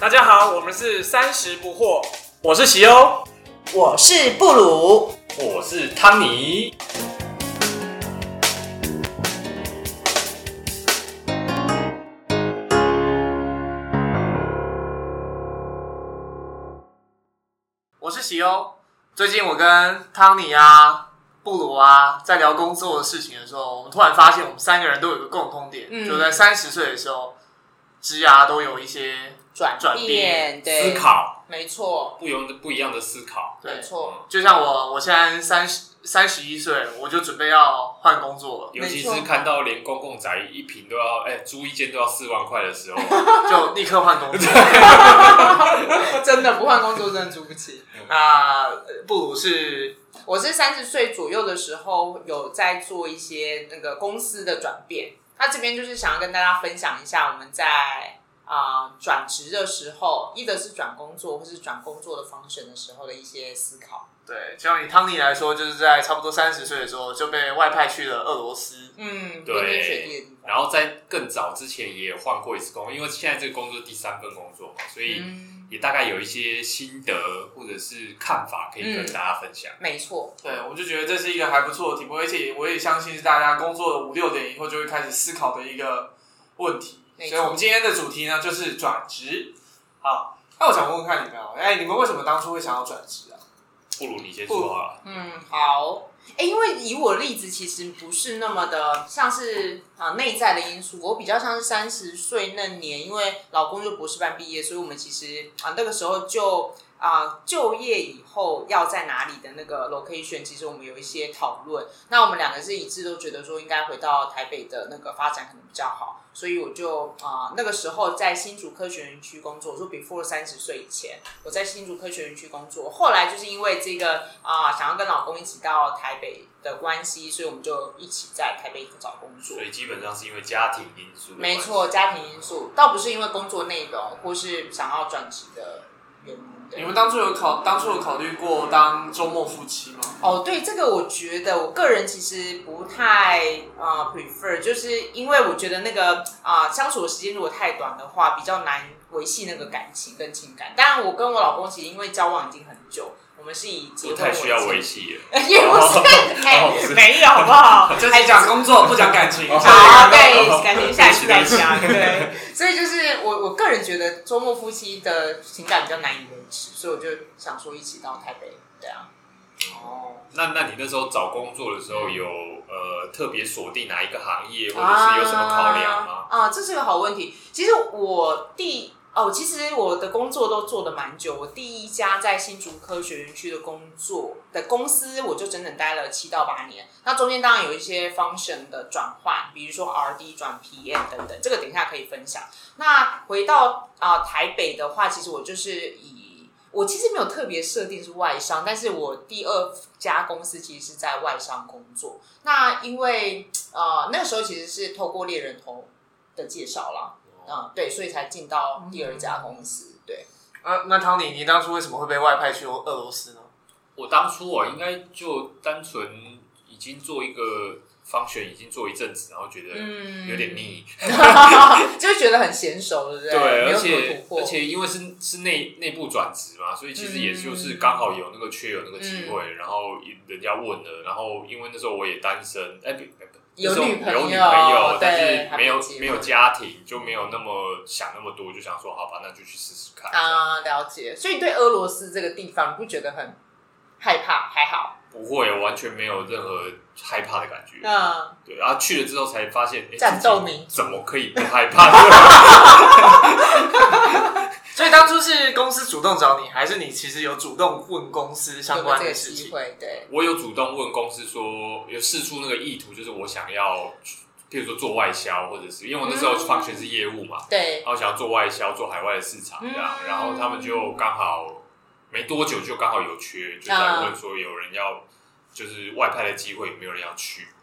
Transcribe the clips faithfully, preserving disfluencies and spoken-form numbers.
大家好，我们是三十不惑，我是喜欧， 我是布鲁， 我是汤尼。 我是喜欧。最近我跟汤尼啊、布鲁啊在聊工作的事情的时候，我们突然发现我们三个人都有一个共通点，嗯、就在三十岁的时候，职涯都有一些转变、 对思考， 没错， 不一不一样的思考， 没错。 就像我，我现在三十三十一岁，我就准备要换工作了。 尤其是看到连公共宅一坪都要，哎、欸，租一间都要四万块的时候， 就立刻换工作。 真的不换工作，真的租不起。 那布鲁是， 我是三十岁左右的时候有在做一些那个公司的转变。他这边就是想要跟大家分享一下我们在啊转职的时候，一的是转工作或是转工作的方式的时候的一些思考。 对，像以汤尼来说，就是在差不多三十岁的时候就被外派去了俄罗斯， 嗯， 对， 冰天雪地的地方。 然后在更早之前也换过一次工，因为现在这个工作是第三份工作嘛，所以也大概有一些心得或者是看法可以跟大家分享。 嗯、没错， 对，我就觉得这是一个还不错的题目，而且我也相信是大家工作了五六年以后就会开始思考的一个问题。所以我们今天的主题呢就是转职。好，那我想问问看你们哦，哎，你们为什么当初会想要转职啊？ 不如你先说好了。 嗯，好。哎，因为以我的例子，其实不是那么的像是啊内在的因素，我比较像是三十岁那年，因为老公就博士班毕业，所以我们其实啊那个时候就啊就业以后要在哪里的那个 location， 其实我们有一些讨论。那我们两个是一致都觉得说应该回到台北的那个发展可能比较好。所以我就啊、呃、那个时候在新竹科学园区工作，我说 before 三十岁以前，我在新竹科学园区工作。后来就是因为这个啊、呃、想要跟老公一起到台北的关系，所以我们就一起在台北找工作。 所以基本上是因为家庭因素。 没错，家庭因素，倒不是因为工作内容或是想要转职的原因。 你们当初有考，当初有考虑过当周末夫妻吗？ 哦，对，这个我觉得我个人其实不太呃 prefer， 就是因为我觉得那个啊、呃、相处的时间如果太短的话，比较难维系那个感情跟情感。当然，我跟我老公其实因为交往已经很久，我们是以结婚为主， 不太需要维系了， 也不是，哎、欸，没有好不好？ 就是讲工作不讲感情。 好，对，感情下一次再讲，对。所以就是我我个人觉得周末夫妻的情感比较难以维持，所以我就想说一起到台北，对啊。 哦，那那你那时候找工作的时候有呃特别锁定哪一个行业，或者是有什么考量吗？ 啊，啊这是个好问题。其实我第哦，其实我的工作都做得蛮久。我第一家在新竹科学园区的工作的公司，我就整整待了七到八年。那中间当然有一些 function 的转换，比如说 R D 转 P M 等等，这个等一下可以分享。那回到啊、呃、台北的话，其实我就是以我其实没有特别设定是外商，但是我第二家公司其实是在外商工作。那因为呃那个时候其实是透过猎人头的介绍啦。嗯，对，所以才进到第二家公司。对， 啊，那汤尼，你当初为什么会被外派去俄罗斯呢？ 我当初我应该就单纯已经做一个方选，已经做一阵子，然后觉得有点腻， 嗯、就觉得很娴熟，对不对？ 对，而且而且因为是是内内部转职嘛，所以其实也就是刚好有那个缺有那个机会，嗯、然后人家问了，然后因为那时候我也单身，哎、欸， 有女朋友， 有女朋友，但是没有没没有家庭，就没有那么想那么多，就想说好吧，那就去试试看。 啊，了解。所以对俄罗斯这个地方，你不觉得很害怕？还好， 不会，我完全没有任何害怕的感觉。 嗯， 对，然后去了之后才发现， 战斗民怎么可以不害怕？ 所以当初是公司主动找你，还是你其实有主动问公司相关的事情？ 有没有这个机会？对， 我有主动问公司说，有释出那个意图，就是我想要，譬如说做外销，或者是因为我那时候方全是业务嘛， 对， 然后想要做外销，做海外的市场这样，嗯、然后他们就刚好没多久就刚好有缺，就在问说有人要，就是外派的机会有没有人要去。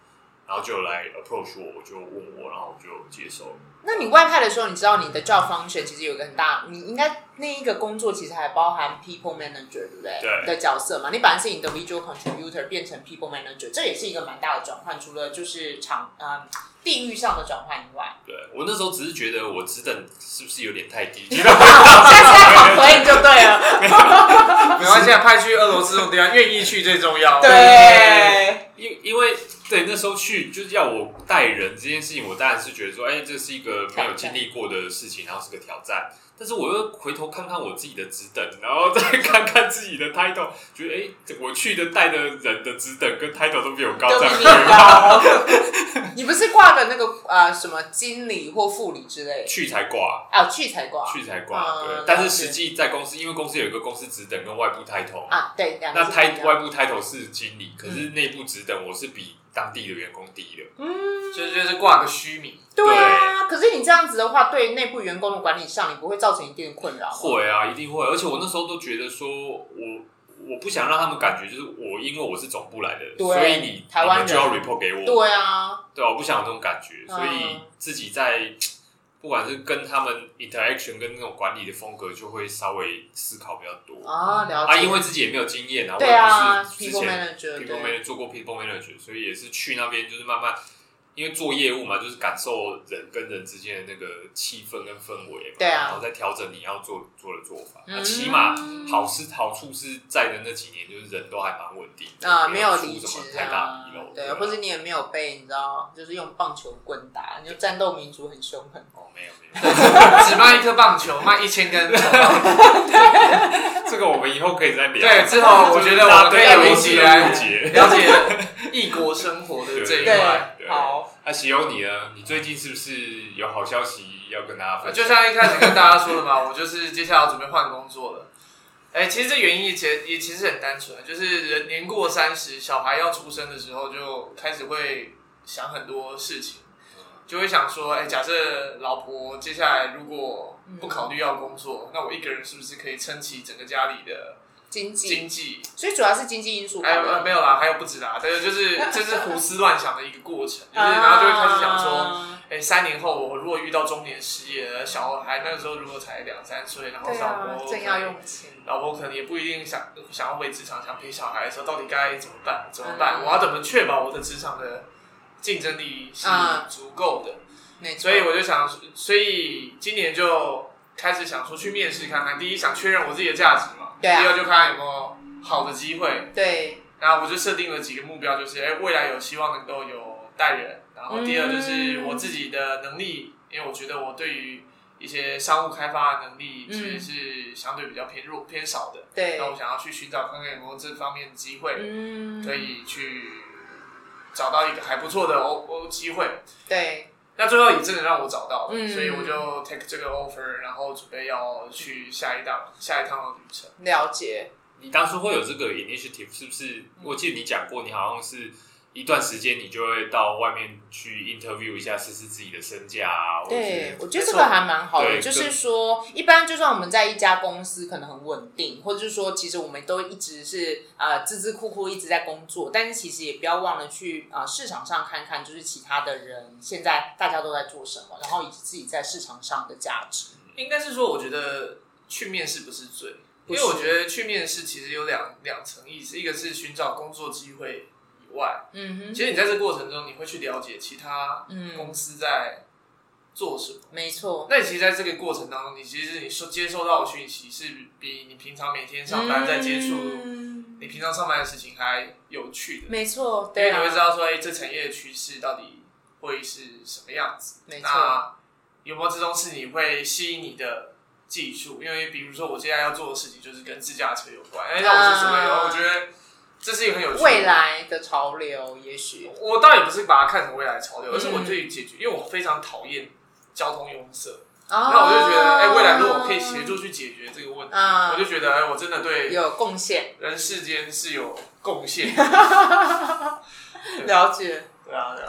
然后就来 approach 我，我就问我，然后我就接受了。 那你外派的时候，你知道你的 job function 其实有一个很大，你应该那一个工作其实还包含 people manager， 对不对？ 对的角色嘛，你本来是 individual contributor 变成 people manager， 这也是一个蛮大的转换。除了就是场呃地域上的转换以外， 对我那时候只是觉得我职等是不是有点太低？ 现在好回应就对了， 没关系，派去俄罗斯这种地方，愿意去最重要。 对， 因因为对那时候去就是要我带人这件事情，我当然是觉得说，哎，这是一个没有经历过的事情，然后是个挑战。但是我又回头看看我自己的职等，然后再看看自己的 title， 觉得哎，我去的带的人的职等跟 title 都比我高， 都比你高。你不是挂个那个呃什么经理或副理之类的？ 去才挂啊，去才挂， 去才挂。 嗯、 对，但是实际在公司，因为公司有一个公司职等跟外部 title 啊，对， 那 title 外部 title 是经理，可是内部职等我是比当地的员工低的， 嗯， 就是就是挂个虚名。 对啊，可是你这样子的话，对内部员工的管理上，你不会造成一定的困扰吗？ 会啊，一定会。而且我那时候都觉得说，我我不想让他们感觉就是我，因为我是总部来的，所以你台湾人你们就要 report 给我。 对啊， 对啊，我不想有这种感觉， 嗯、 所以自己在不管是跟他们 interaction 跟那种管理的风格，就会稍微思考比较多啊，了解啊，因为自己也没有经验啊， 对啊， 我也不是之前 people manager people manager 做过 people manager， 所以也是去那边就是慢慢。因为做业务嘛，就是感受人跟人之间的那个气氛跟氛围嘛， 对啊， 然后再调整你要做做的做法。那、 嗯、 起码好是好处是在的那几年，就是人都还蛮稳定的啊，没有离职太大纰漏， 对，或者你也没有被你知道，就是用棒球棍打，你就战斗民族很凶狠。 哦，没有没有， 只卖一颗棒球，卖一千根。 这个我们以后可以再聊。 对，之后我觉得我们可以有一起来了解异国生活的这一块。 好， 那喜欧你呢？你最近是不是有好消息要跟大家分享？ 就像一开始跟大家说的嘛，我就是接下来要准备换工作了。哎、欸，其实这原因也其实也其实很单纯，就是人年过三十，小孩要出生的时候，就开始会想很多事情，就会想说，哎、欸，假设老婆接下来如果不考虑要工作，嗯、那我一个人是不是可以撑起整个家里的经济？ 经济， 所以主要是经济因素。 哎、呃，没有啦，还有不止啦，对，就是这是胡思乱想的一个过程，就是然后就会开始想说。哎、欸，三年后我如果遇到中年失业了，小孩那个时候如果才两三岁，然后老婆、 啊、正要用钱， 老婆可能也不一定想想要回职场，想陪小孩的时候，到底该怎么办？怎么办？嗯、我要怎么确保我的职场的竞争力是足够的？嗯、所以我就想，所以今年就开始想说去面试看看。第一，想确认我自己的价值嘛； 对、啊、 第二，就看看有没有好的机会。 对。 然后我就设定了几个目标，就是哎、欸，未来有希望能够有带人。然后第二就是我自己的能力，因为我觉得我对于一些商务开发的能力其实是相对比较偏弱、偏少的。 对。 那我想要去寻找看看有没有这方面的机会， 嗯， 可以去找到一个还不错的欧欧机会。 对。 那最后也真的让我找到了， 嗯、 所以我就 take 这个 offer， 然后准备要去下一档下一趟的旅程。 了解。 你当初会有这个 initiative， 是不是？我记得你讲过，你好像是。一段时间，你就会到外面去 interview 一下，试试自己的身价啊。 对，我觉得这个还蛮好的。就是说，一般就算我们在一家公司可能很稳定，或者是说，其实我们都一直是呃孜孜酷酷一直在工作，但是其实也不要忘了去啊、呃、市场上看看，就是其他的人现在大家都在做什么，然后以及自己在市场上的价值。 应该是说，我觉得去面试不是罪，因为我觉得去面试其实有两两层意思，一个是寻找工作机会。外，嗯哼，其实你在这个过程中，你会去了解其他公司在做什么，嗯、 没错。 那你其实在这个过程当中，你其实你收接收到的讯息是比你平常每天上班在接触你平常上班的事情还有趣的， 没错。对、啊， 因为你会知道说，哎、欸，这产业的趋势到底会是什么样子， 没错。 那有没有这种是你会吸引你的技术？因为比如说我接下来要做的事情就是跟自驾车有关，哎、欸，那我是什么？啊、我觉得。这是一个很有趣的未来的潮流，也许我倒也不是把它看成未来的潮流，嗯、而是我对于解决，因为我非常讨厌交通拥塞，哦、那我就觉得，哎、欸，未来如果我可以协助去解决这个问题，嗯、我就觉得，哎、欸，我真的对有贡献， 人世间是有贡献。 了解， 对啊，对啊。 对，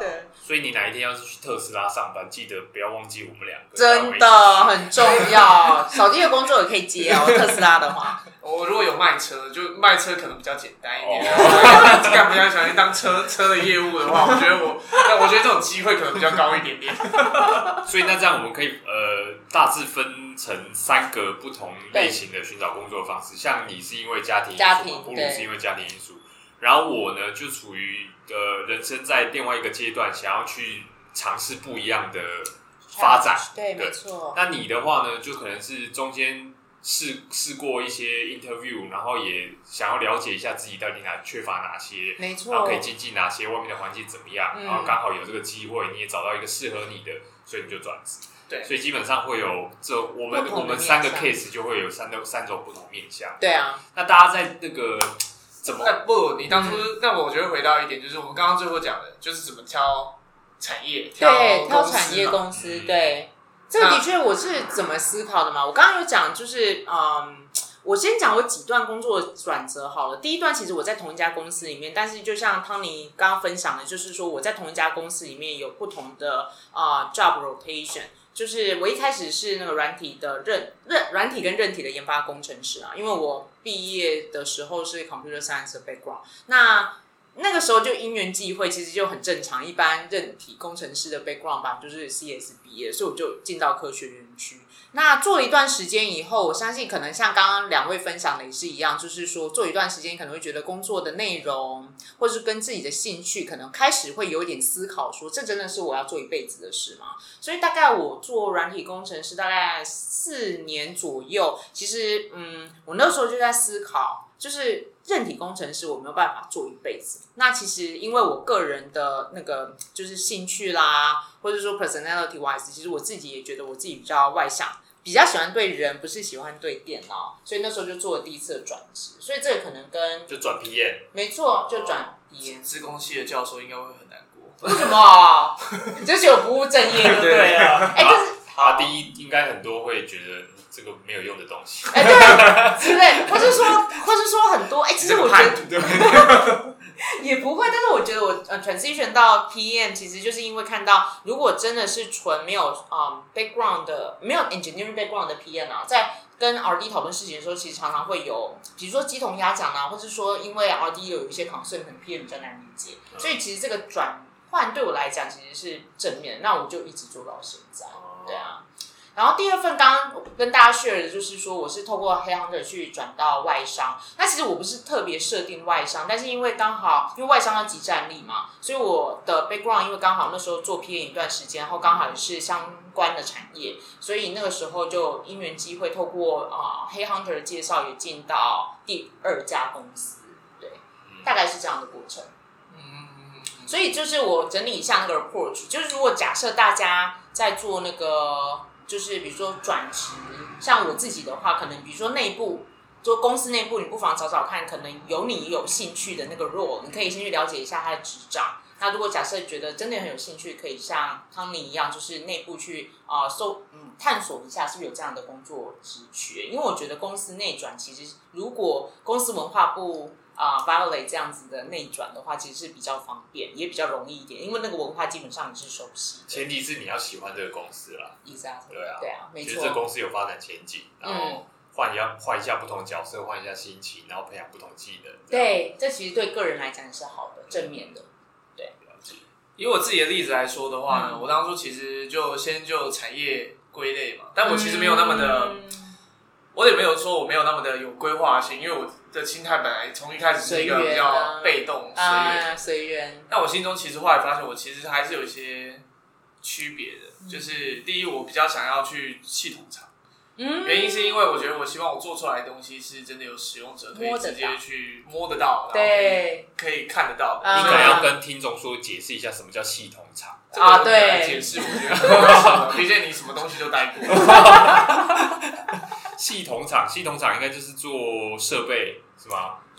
所以你哪一天要是去特斯拉上班，记得不要忘记我们两个， 真的很重要。扫地的工作也可以接啊，我特斯拉的话， 我如果有卖车，就卖车可能比较简单一点。哦、干不要想去当车车的业务的话，我觉得我，那我觉得这种机会可能比较高一点点。 所以那这样我们可以呃大致分成三个不同类型的寻找工作的方式。像你是因为家庭因素，布鲁是因为家庭因素，然后我呢就处于呃人生在另外一个阶段，想要去尝试不一样的发展。 对，没错。 那你的话呢，就可能是中间试试过一些 interview， 然后也想要了解一下自己到底哪缺乏哪些， 没错， 然后可以精进哪些，外面的环境怎么样，嗯、然后刚好有这个机会，你也找到一个适合你的，所以你就转职。 对， 所以基本上会有这我们我们三个 case 就会有三种三种不同面向。 对啊， 那大家在那个怎么？ 那不，你当初、嗯、那我觉得回到一点，就是我们刚刚最后讲的，就是怎么挑产业，挑对挑产业公司，嗯、对。这个的确我是怎么思考的嘛？我刚刚有讲，就是嗯，我先讲我几段工作的转折好了。第一段其实我在同一家公司里面，但是就像汤尼刚刚分享的，就是说我在同一家公司里面有不同的啊、呃、job rotation。就是我一开始是那个软体的韧韧软体跟韧体的研发工程师啊，因为我毕业的时候是 computer science 的 background， 那那个时候就因缘际会，其实就很正常。一般韧体工程师的 background 吧，就是 C S 毕业，所以我就进到科学园区。那做了一段时间以后，我相信可能像刚刚两位分享的也是一样，就是说做一段时间可能会觉得工作的内容，或是跟自己的兴趣，可能开始会有一点思考说，这真的是我要做一辈子的事吗？所以大概我做软体工程师大概四年左右，其实嗯，我那时候就在思考。就是韧体工程师我没有办法做一辈子，那其实因为我个人的那个就是兴趣啦，或者说 personality wise， 其实我自己也觉得我自己比较外向，比较喜欢对人，不是喜欢对电脑，所以那时候就做了第一次的转职，所以这个可能跟就转 P M， 没错，就转 P M。 资工系的教授应该会很难过， 为什么？就是有不务正业就对了。哎，就是啊，第一应该很多会觉得这个没有用的东西， 哎、欸，对，之类，或是说，或是说很多，哎、欸，其实我觉得也不会，但是我觉得我呃 transition 到 P M， 其实就是因为看到，如果真的是纯没有嗯 background 的，没有 engineering background 的 P M 啊，在跟 R D 讨论事情的时候，其实常常会有，比如说鸡同鸭讲啊，或是说因为 R D 有一些 concern， 可能 P M 比较难理解，所以其实这个转换对我来讲其实是正面，那我就一直做到现在，对啊。然后第二份刚刚跟大家 share 的就是说，我是透过 Headhunter 去转到外商。那其实我不是特别设定外商，但是因为刚好因为外商要即战力嘛，所以我的 background 因为刚好那时候做 P M 一段时间，然后刚好也是相关的产业，所以那个时候就因缘机会，透过啊、呃、Headhunter 的介绍，也进到第二家公司，对，大概是这样的过程。所以就是我整理一下那个 approach， 就是如果假设大家在做那个。就是比如说转职，像我自己的话，可能比如说内部，做公司内部，你不妨找找看，可能有你有兴趣的那个 role， 你可以先去了解一下他的职掌。那如果假设觉得真的很有兴趣，可以像汤尼一样，就是内部去啊、呃、搜嗯探索一下是不是有这样的工作职缺。因为我觉得公司内转其实如果公司文化部啊、呃、violate 这样子的内转的话，其实是比较方便，也比较容易一点，因为那个文化基本上你是熟悉的。 前提是你要喜欢这个公司啦。 Exactly， 对啊， 对啊，没错。 觉得这个公司有发展前景，然后换一下换一下不同的角色，换一下心情，然后培养不同技能。 对，这其实对个人来讲是好的，正面的。对， 了解。 以我自己的例子来说的话呢，嗯、我当初其实就先就产业归类嘛，但我其实没有那么的。嗯我也没有说我没有那么的有规划性，因为我的心态本来从一开始是一个比较被动随缘， 随缘。 但我心中其实后来发现，我其实还是有一些区别的。嗯、就是第一，我比较想要去系统厂，嗯，原因是因为我觉得我希望我做出来的东西是真的有使用者可以直接去摸得到，然后可以可以看得到的。 你可能要跟听众说解释一下什么叫系统厂啊？对， 解释我觉得，毕竟你什么东西都待过。 系统厂，系统厂应该就是做设备是吗？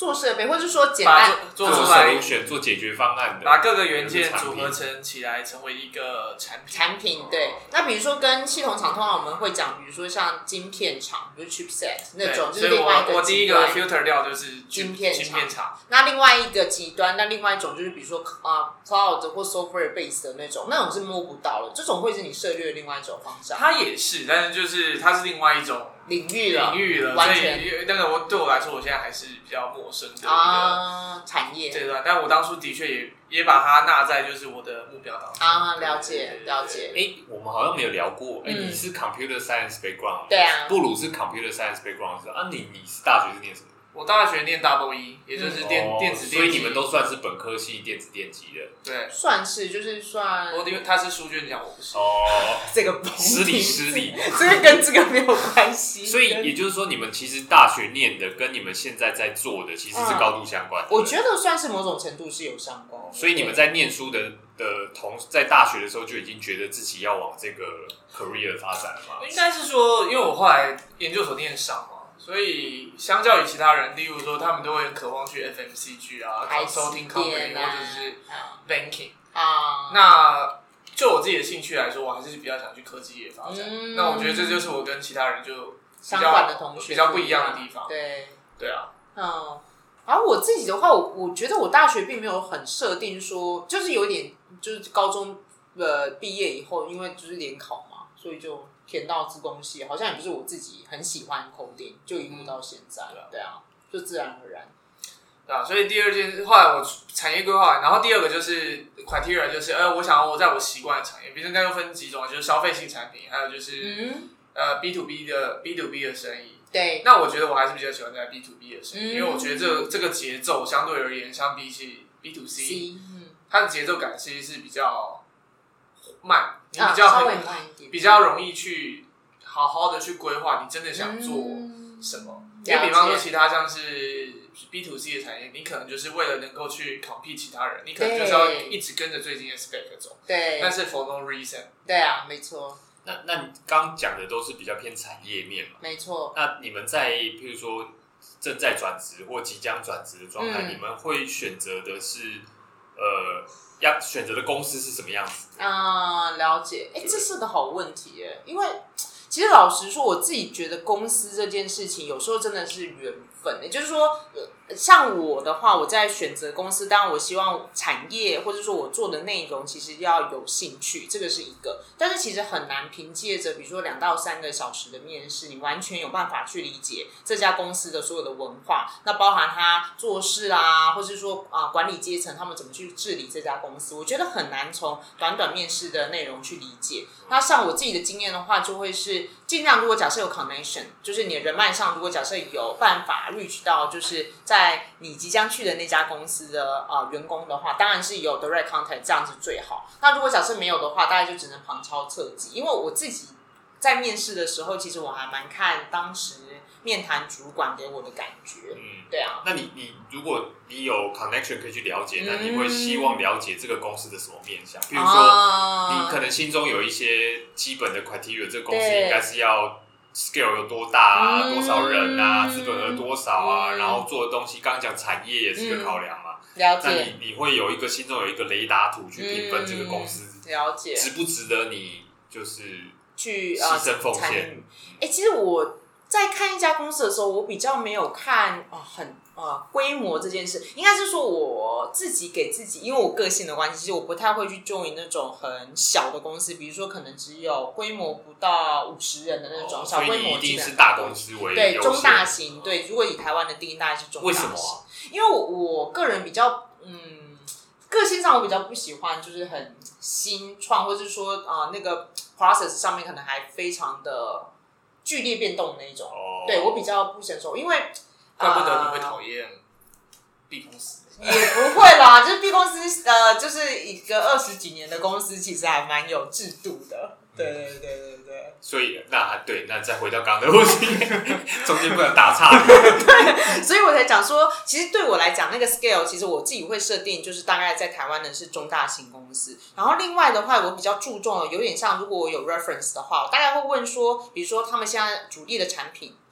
做设备，或者说简单做出来选做解决方案的， 把各个元件组合成起来，成为一个产品。 产品对，那比如说跟系统厂，通常我们会讲，比如说像晶片厂，比如 chipset 那种，就是另外一个极端。 我第一个 filter 料就是晶片厂。 那另外一个极端，那另外一种就是比如说啊、uh, cloud 或 software base 的那种，那种是摸不到的，这种会是你涉猎的另外一种方向。 它也是，但是就是它是另外一种。 领域了， 领域了， 完全。 所以那个我对我来说，我现在还是比较陌生的一个、 啊、产业阶段。但我当初的确也也把它纳在就是我的目标当中。 啊，了解了解。 哎、欸，我们好像没有聊过。哎、欸嗯，你是 computer science background， 对啊。 布鲁是 computer science background 啊，你你是大学是念什么？ 我大学念 double E， 也就是电、嗯、电子电机， 所以你们都算是本科系电子电机的。 对， 算是就是算。 我因为他是书卷奖，我不是。 哦， 这个失礼失礼， 这个跟这个没有关系。 所以也就是说，你们其实大学念的跟你们现在在做的其实是高度相关的、 嗯。我觉得算是某种程度是有相关。 所以你们在念书的的同在大学的时候就已经觉得自己要往这个 career 发展了吗？ 应该是说，因为我后来研究所念商嘛。所以，相较于其他人，例如说，他们都会很渴望去 F M C G 啊、consulting company 或者是 banking 啊。 那就我自己的兴趣来说，我还是比较想去科技业发展。 嗯、 那我觉得这就是我跟其他人就相关的同学比较不一样的地方。 对， 对啊。 嗯，然后我自己的话，我我觉得我大学并没有很设定说，就是有点就是高中呃毕业以后，因为就是联考嘛，所以就。填到资工系，好像也不是我自己很喜欢 coding， 就一路到现在了、嗯，对啊，就自然而然。 对啊，所以第二件，后来我产业规划，然后第二个就是 criteria， 就是，呃，我想要我在我习惯的产业，比如说那又分几种，就是消费性产品，还有就是、嗯、呃 B to B 的 B to B 的生意。 对。 那我觉得我还是比较喜欢在 B to B 的生意，嗯、因为我觉得这个这个节奏相对而言，相比起 B to C，, C 嗯、它的节奏感其实是比较慢。你比较很、啊、比较容易去好好的去规划你真的想做什么，嗯、因为比方说其他像是 B to C 的产业，你可能就是为了能够去 compete 其他人，你可能就是要一直跟着最近的 spec 走。 对， 但是 for no reason。 对啊，没错。 那那你刚讲的都是比较偏产业面嘛？ 没错。 那你们在譬如说正在转职或即将转职的状态、嗯，你们会选择的是呃？要选择的公司是什么样子啊、呃？了解，哎，这是个好问题耶。因为其实老实说，我自己觉得公司这件事情有时候真的是缘分。也就是说，像我的话，我在选择公司，当然我希望产业或者说我做的内容其实要有兴趣，这个是一个。但是其实很难凭借着比如说两到三个小时的面试，你完全有办法去理解这家公司的所有的文化，那包含他做事啊，或是说啊、呃、管理阶层他们怎么去治理这家公司，我觉得很难从短短面试的内容去理解。那像我自己的经验的话，就会是尽量，如果假设有 connection， 就是你的人脉上，如果假设有办法 reach 到，就是在你即将去的那家公司的呃员工的话，当然是有 direct contact， 这样子最好。那如果假设没有的话，大概就只能旁敲侧击。因为我自己在面试的时候，其实我还蛮看当时面谈主管给我的感觉。嗯，对啊。 那你你如果你有 connection 可以去了解，那你会希望了解这个公司的什么面向？比如说，啊、你可能心中有一些基本的 criteria， 这个公司应该是要 scale 有多大啊，嗯、多少人啊，资本额多少啊，嗯、然后做的东西，刚刚讲产业也是个考量嘛。 嗯、了解。 那你你会有一个心中有一个雷达图去评分这个公司， 嗯、了解值不值得你就是去牺牲奉献？ 哎、呃，其实我在看一家公司的时候，我比较没有看啊、呃、很。呃，规模这件事，应该是说我自己给自己，因为我个性的关系，其实我不太会去 join 那种很小的公司，比如说可能只有规模不到五十人的那种、哦、小规模， 一定是大公司为对中大型。对，如果以台湾的定义，大概是中大型。 为什么啊？ 因为我我个人比较嗯，个性上我比较不喜欢就是很新创，或是说啊、呃、那个 process 上面可能还非常的剧烈变动的那一种。哦，对我比较不享受，因为。 怪不得你会讨厌 B 公司， 也不会啦，就是 B 公司，呃，就是一个二十几年的公司，其实还蛮有制度的。对对对对对。 所以那对，那再回到刚刚的问题，中间不能打岔。 对，所以我才讲说，其实对我来讲，那个 scale， 其实我自己会设定，就是大概在台湾的是中大型公司。然后另外的话，我比较注重的，有点像如果我有 reference 的话，我大概会问说，比如说他们现在主力的产品。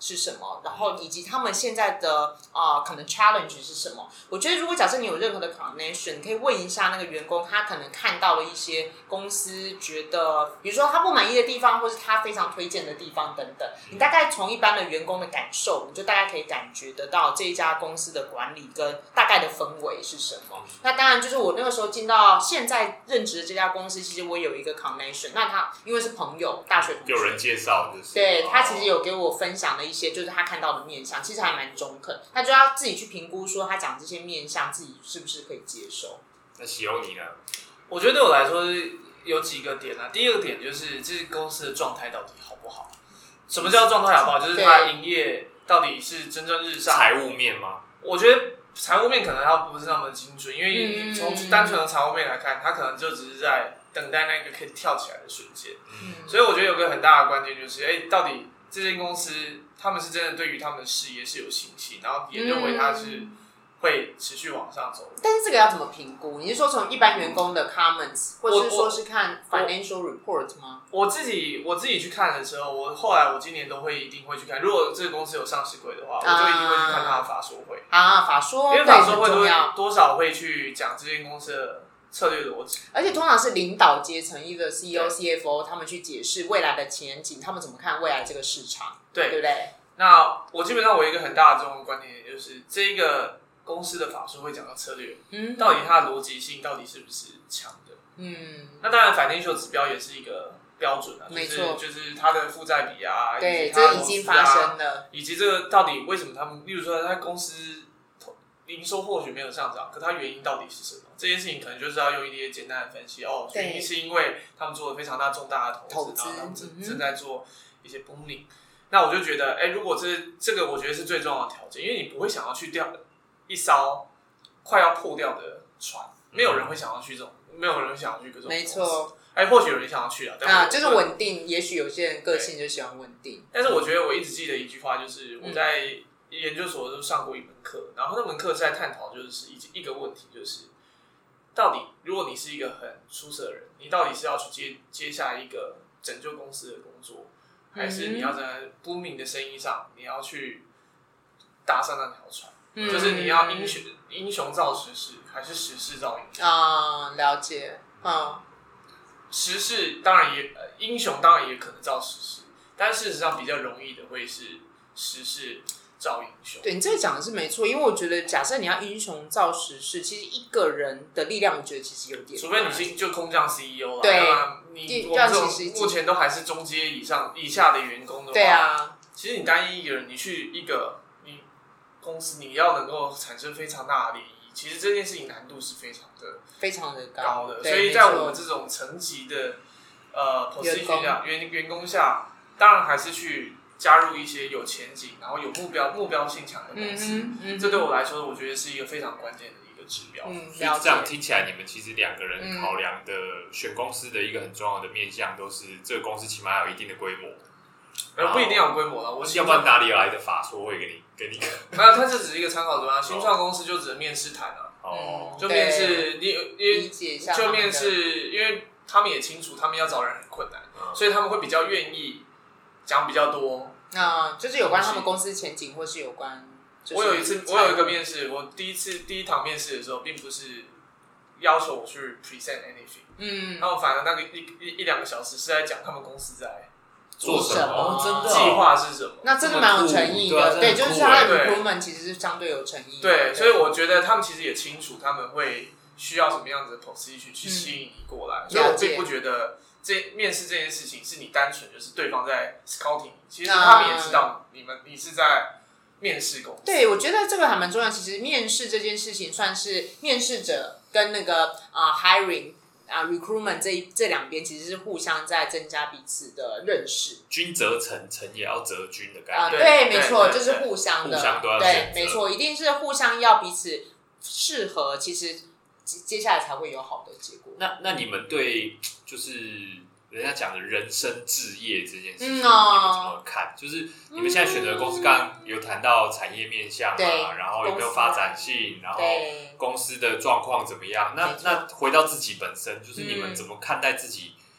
是什么，然后以及他们现在的啊、呃、可能 challenge 是什么。我觉得如果假设你有任何的 connection， 你可以问一下那个员工，他可能看到了一些公司觉得，比如说他不满意的地方，或是他非常推荐的地方等等。你大概从一般的员工的感受，你就大概可以感觉得到这一家公司的管理跟大概的氛围是什么。那当然就是我那个时候进到现在任职的这家公司，其实我有一个 connection， 那他因为是朋友，大学同学， 有人介绍就是， 对他其实有给我分享的一些，就是他看到的面向，其实还蛮中肯，他就要自己去评估说他讲这些面向自己是不是可以接受。 那喜欧你呢？ 我觉得对我来说有几个点啊，第一个点就是这公司的状态到底好不好？什么叫状态好不好？就是它营业到底是蒸蒸日上， 财务面吗？ 我觉得财务面可能它不是那么精准，因为从单纯的财务面来看，它可能就只是在等待那个可以跳起来的瞬间。嗯，所以我觉得有个很大的关键就是，哎，到底这间公司他们是真的对于他们的事业是有信心，然后也认为它是会持续往上走。 但是这个要怎么评估？你是说从一般员工的 comments， 或者是说是看 financial report 吗？ 我自己我自己去看的时候，我后来我今年都会一定会去看。如果这个公司有上市柜的话，我就一定会去看它的法说会啊，法说， 因为法说会都会多少会去讲这间公司的策略逻辑， 而且通常是领导阶层，一个 C E O、C F O， 他们去解释未来的前景，他们怎么看未来这个市场， 对对不对？ 那我基本上我有一个很大的重要观点，就是这一个公司的法说会讲到策略，嗯，到底它的逻辑性到底是不是强的？嗯，那当然 financial 指标也是一个标准啊， 没错， 就是它的负债比啊， 对， 以及它的投资啊， 这已经发生了， 以及这个到底为什么他们，例如说他公司营收或许没有上涨，可它原因到底是什么？这件事情可能就是要用一些简单的分析哦，原因是因为他们做了非常大重大的投资，然后他们正正在做一些 booming。那我就觉得，哎，如果这这个我觉得是最重要的条件，因为你不会想要去钓一艘快要破掉的船，没有人会想要去这种，没有人会想要去这种， 没错。 哎，或许有人想要去啊， 啊，就是稳定。也许有些人个性就喜欢稳定。 但是我觉得我一直记得一句话，就是我在研究所都上过一门课，然后那门课是在探讨就是一一个问题，就是到底如果你是一个很出色的人，你到底是要去接接下一个拯救公司的工作，还是你要在 booming 的生意上，你要去搭上那条船？嗯、就是你要英雄英雄造时势，还是时势造英雄？ 啊，了解。嗯， 时势当然也，呃、英雄当然也可能造时势，但事实上比较容易的会是时势造英雄。 对，你这个讲的是没错，因为我觉得假设你要英雄造时势，其实一个人的力量，我觉得其实有点， 除非你是就空降 C E O 啦， 对， 你我们这种目前都还是中阶以上以下的员工的话， 对啊， 其实你单一一个人，你去一个你公司，你要能够产生非常大的涟漪，其实这件事情难度是非常的非常的高的，所以在我们这种层级的呃 position 下，员员工下，当然还是去加入一些有前景，然后有目标、目标性强的公司。嗯嗯、这对我来说，我觉得是一个非常关键的一个指标。 嗯，所以这样听起来，你们其实两个人考量的选公司的一个很重要的面向，都是这个公司起码有一定的规模。 呃，不一定要有规模了，我要不然哪里来的法说会给你给你？ 没有，它这只是一个参考对象。新创公司就只能面试谈了，哦，就面试你理解一下， 就面试，因为他们也清楚，他们要找人很困难，嗯、所以他们会比较愿意讲比较多。 啊、嗯，就是有关他们公司前景，或是有关。 我有一次，我有一个面试，我第一次第一堂面试的时候，并不是要求我去 present anything， 嗯，他们反而那个一一一两个小时是在讲他们公司在做什么， 哦、真的、哦、计划是什么？ 那真的蛮有诚意的，对，就是他的 recruitment 其实是相对有诚意的。 对，所以我觉得他们其实也清楚他们会需要什么样子的 position 去吸引你过来，嗯、所以我并不觉得这面试这件事情是你单纯就是对方在 scouting 你，其实他们也知道你们你是在面试公司。 对，我觉得这个还蛮重要。其实面试这件事情算是面试者跟那个啊、uh, hiring。啊 ，recruitment 这这两边其实是互相在增加彼此的认识。 君则臣，臣也要则君的概念。 啊，对，没错，就是互相的， 互相都要对，没错，一定是互相要彼此适合，其实接下来才会有好的结果。 那那你们对就是人家讲的人生置业这件事情，嗯哦、 你们怎么看？就是你们现在选择的公司，刚刚有谈到产业面向啊，然后有没有发展性，然后公司的状况怎么样？那那回到自己本身，就是你们怎么看待自己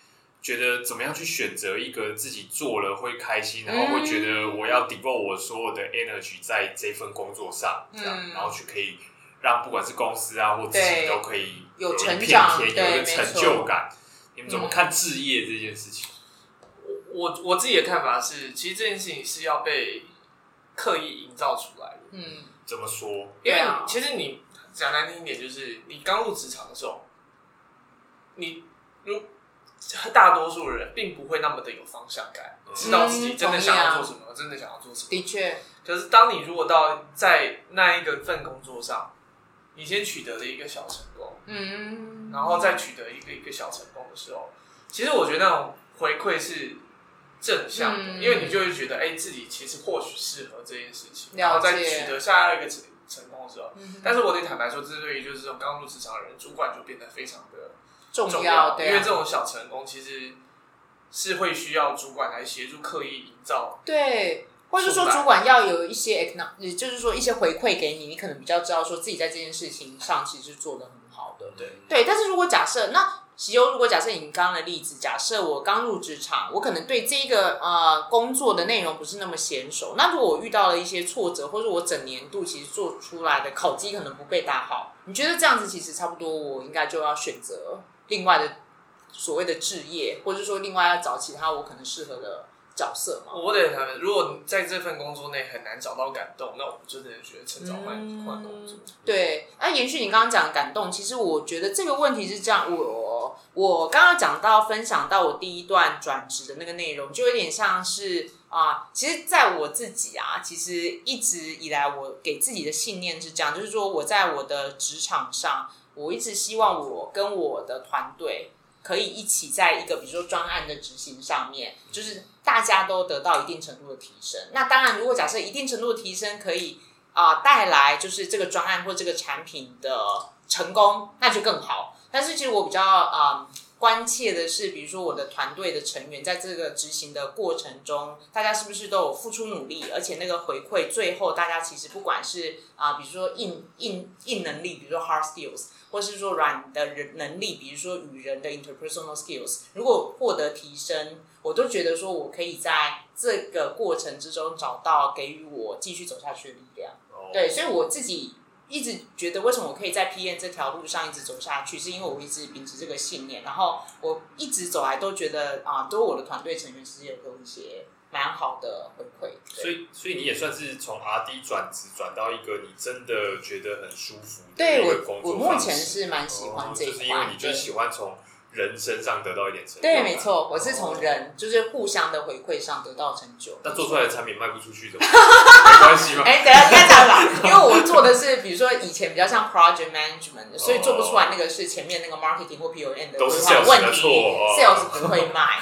觉得怎么样去选择一个自己做了会开心，然后会觉得我要 devote 我所有的 energy 在这份工作上，这样，嗯、然后去可以让不管是公司啊或自己都可以有成长， 有一个成就感。你们怎么看置业这件事情？ 我我自己的看法是，其实这件事情是要被刻意营造出来的。 嗯，怎么说？ 因为其实你讲难听一点，就是你刚入职场的时候，你如大多数人并不会那么的有方向感，嗯、知道自己真的想要做什么，嗯、真的想要做什么。 的确， 可是当你如果到在那一个份工作上，你先取得了一个小成功，嗯，然后再取得一个一个小成功的时候，其实我觉得那种回馈是正向的，嗯、因为你就会觉得，哎、欸，自己其实或许适合这件事情，然后再取得下一个成成功的时候。嗯、但是我得坦白说，这对于就是这种刚入职场的人，主管就变得非常的重要，重要对啊、因为这种小成功其实是会需要主管来协助刻意营造， 对。或者说主管要有一些，也就是说一些回馈给你，你可能比较知道说自己在这件事情上其实是做得很好的。 对对，但是如果假设那喜优，如果假设你刚刚的例子，假设我刚入职场，我可能对这个呃工作的内容不是那么娴熟，那如果我遇到了一些挫折，或者我整年度其实做出来的考绩可能不被打好，你觉得这样子其实差不多，我应该就要选择另外的所谓的置业，或者说另外要找其他我可能适合的角色嘛？ 我得他们，如果在这份工作内很难找到感动，那我真的觉得趁早换换工作。 对，那延续你刚刚讲的感动，其实我觉得这个问题是这样，我我刚刚讲到分享到我第一段转职的那个内容，就有点像是啊、呃，其实在我自己啊，其实一直以来我给自己的信念是这样，就是说我在我的职场上，我一直希望我跟我的团队可以一起在一个比如说专案的执行上面，就是大家都得到一定程度的提升。那当然，如果假设一定程度的提升可以啊、呃、带来就是这个专案或这个产品的成功，那就更好。但是其实我比较啊、呃、关切的是，比如说我的团队的成员在这个执行的过程中，大家是不是都有付出努力，而且那个回馈最后大家其实不管是啊、呃、比如说硬硬硬能力，比如说 hard skills。或是说软的人能力，比如说与人的 interpersonal skills， 如果获得提升，我都觉得说我可以在这个过程之中找到给予我继续走下去的力量。Oh. 对，所以我自己一直觉得为什么我可以在 P M 这条路上一直走下去，是因为我一直秉持这个信念，然后我一直走来都觉得啊，都我的团队成员其实有给我一些蛮好的回馈。 所以，所以你也算是从 R D 转职转到一个你真的觉得很舒服的一个工作方式。 对，我我目前是蛮喜欢这一块、哦， 就是因为你就喜欢从人身上得到一点成就。 对，没错，我是从人、哦、就是互相的回馈上得到成就。 那做出来的产品卖不出去怎么办？没关系吗？ 哎、欸，等一下，应该这样吧，因为我做的是比如说以前比较像 project management 的，所以做不出来那个是前面那个 marketing 或 P O M 的都是 sales 的错、哦、 ，sales 不会卖。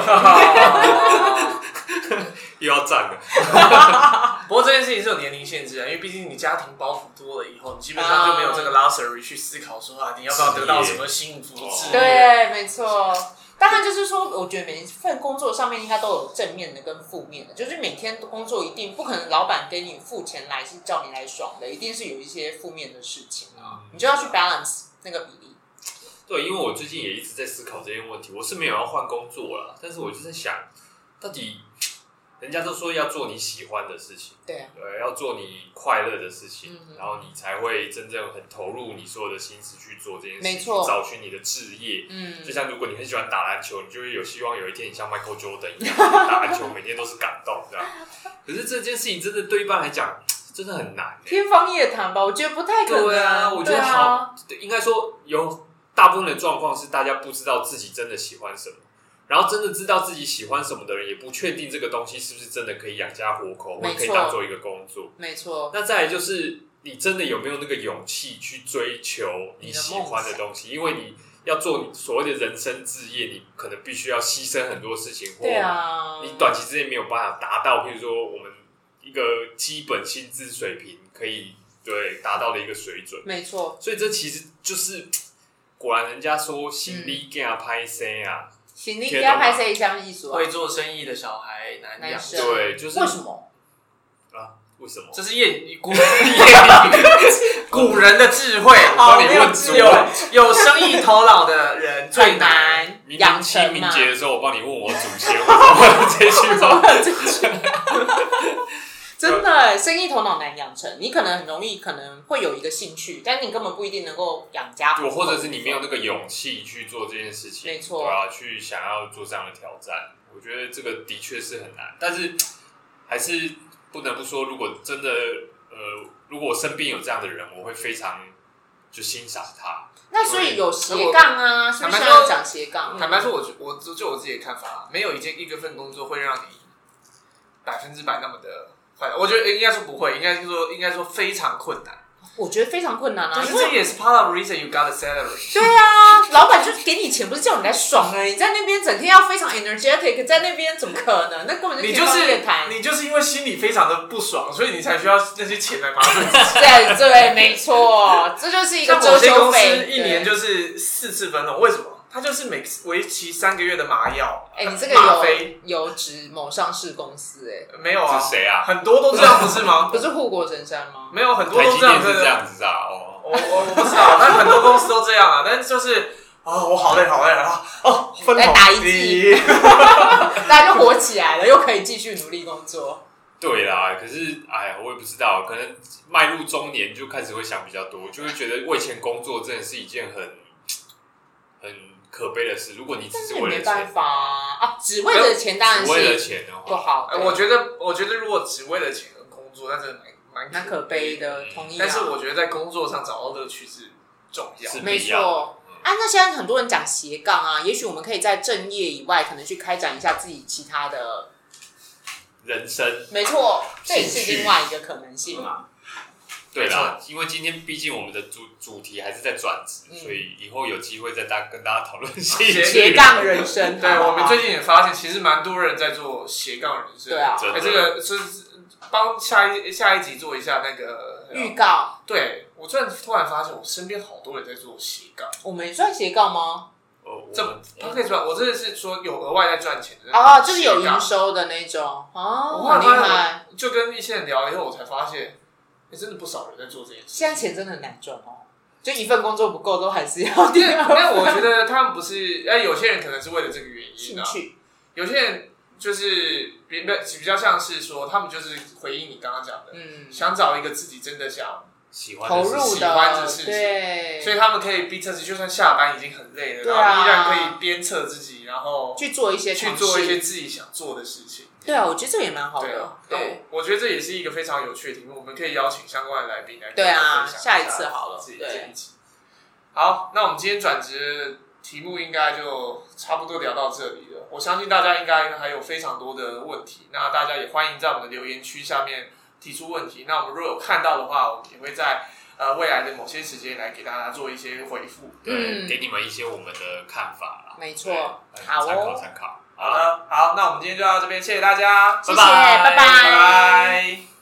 又要站了。 不过这件事情是有年龄限制的，因为毕竟你家庭包袱多了以后，你基本上就没有这个 luxury 去思考说啊，你要不要得到什么幸福之类的。 对，没错。当然就是说，我觉得每一份工作上面应该都有正面的跟负面的，就是每天工作一定不可能老板给你付钱来是叫你来爽的，一定是有一些负面的事情啊，你就要去 balance 那个比例。 对，因为我最近也一直在思考这些问题，我是没有要换工作啦，但是我就在想，到底人家都说要做你喜欢的事情， 对啊， 对，要做你快乐的事情，嗯、然后你才会真正很投入你所有的心思去做这件事情， 没错， 找寻你的志业。嗯，就像如果你很喜欢打篮球，你就会有希望有一天你像 Michael Jordan 一样打篮球，每天都是感动这样。可是这件事情真的对一般来讲真的很难、欸， 天方夜谭吧？我觉得不太可能。 对啊，我觉得好，啊、应该说有大部分的状况是大家不知道自己真的喜欢什么。然后真的知道自己喜欢什么的人，也不确定这个东西是不是真的可以养家活口，或者可以当做一个工作。 没错。 那再来就是你真的有没有那个勇气去追求你喜欢的东西？因为你要做你所谓的人生志业，你可能必须要牺牲很多事情，或你短期之内没有办法达到，譬如说我们一个基本薪资水平可以对达到的一个水准。 没错。 所以这其实就是果然人家说心理怕歹生啊。 行李给他拍摄一下艺术啊！ 会做生意的小孩难养。 对，就是为什么啊？为什么？ 这是谚古古人的智慧。 帮你问有有生意头脑的人最难明年清明节的时候，我帮你问我祖先为什么会有这句话。 真的，生意头脑难养成。你可能很容易，可能会有一个兴趣，但你根本不一定能够养家糊口， 或者是你没有那个勇气去做这件事情， 没错， 对啊，去想要做这样的挑战，我觉得这个的确是很难。但是还是不能不说，如果真的呃，如果我身边有这样的人，我会非常就欣赏他。 那所以有斜杠啊，是不是现在讲斜杠？ 坦白说，我我就我自己的看法，没有一件一个份工作会让你百分之百那么的。我觉得应该说不会，应该说应该说非常困难。 我觉得非常困难啊， 但是这也是 part of the reason you got a salary。 对啊，老板就给你钱，不是叫你来爽而已。你在那边整天要非常 energetic， 在那边怎么可能？那根本就天方夜谭。 你就是因为心里非常的不爽，所以你才需要那些钱来麻醉自己。 对对，没错，这就是一个遮羞费。 某些公司一年就是四次分红，为什么？它就是每为期三个月的麻药。 哎、欸，你这个有有指某上市公司哎、 欸？没有啊， 是谁啊？ 很多都这样不是吗？ 不是护国神山吗？ 没有，很多都这样。 台积电是这样子啊？哦， 我我我不知道，但很多公司都这样啊。但是就是啊、哦，我好累好累啊！哦，分红来打一季，大家就火起来了，又可以继续努力工作。 对啦，可是哎呀，我也不知道，可能迈入中年就开始会想比较多，就会觉得为钱工作真的是一件很很。可悲的是，如果你只是为了钱， 没办法啊，啊只为了钱当然是只为了钱的话不好。 我觉得，我觉得如果只为了钱而工作，那真的蛮蛮可悲的，同意、啊。 但是我觉得在工作上找到乐趣是重要， 是没错。啊，那现在很多人讲斜杠啊，也许我们可以在正业以外，可能去开展一下自己其他的人生。 没错，这也是另外一个可能性嘛。 对啦，因为今天毕竟我们的主主题还是在转职、嗯，所以以后有机会再大跟大家讨论斜斜杠人生。 对，我们最近也发现，其实蛮多人在做斜杠人生。 对啊， 哎，这个是帮下一下一集做一下那个预告。 对，我突然突然发现，我身边好多人在做斜杠。 我们也算斜杠吗？ 哦，这他可以赚，我真的是说有额外在赚钱的哦，就是有营收的那种哦，很厉害。 就跟一些人聊以后，我才发现。欸、真的不少人在做这件事。 现在钱真的很难赚哦，就一份工作不够，都还是要。 因为我觉得他们不是，哎，有些人可能是为了这个原因、啊，兴趣。有些人就是比比较像是说，他们就是回应你刚刚讲的，嗯，想找一个自己真的想喜欢投入的喜欢的事情， 对， 所以他们可以逼自己，就算下班已经很累了， 对啊、 然后依然可以鞭策自己，然后去做一些去做一些自己想做的事情。 对啊，我觉得这也蛮好的。 对啊， 对， 我觉得这也是一个非常有趣的题目，我们可以邀请相关的来宾来对啊， 下一次好了， 自己这一集。好，那我们今天转职题目应该就差不多聊到这里了。我相信大家应该还有非常多的问题，那大家也欢迎在我们的留言区下面提出问题。那我们如果有看到的话，我们也会在呃未来的某些时间来给大家做一些回复， 对，嗯、给你们一些我们的看法啦。 没错， 好哦，参考参考。 好的，好，那我们今天就到这边，谢谢大家， 谢谢，拜拜， 拜拜。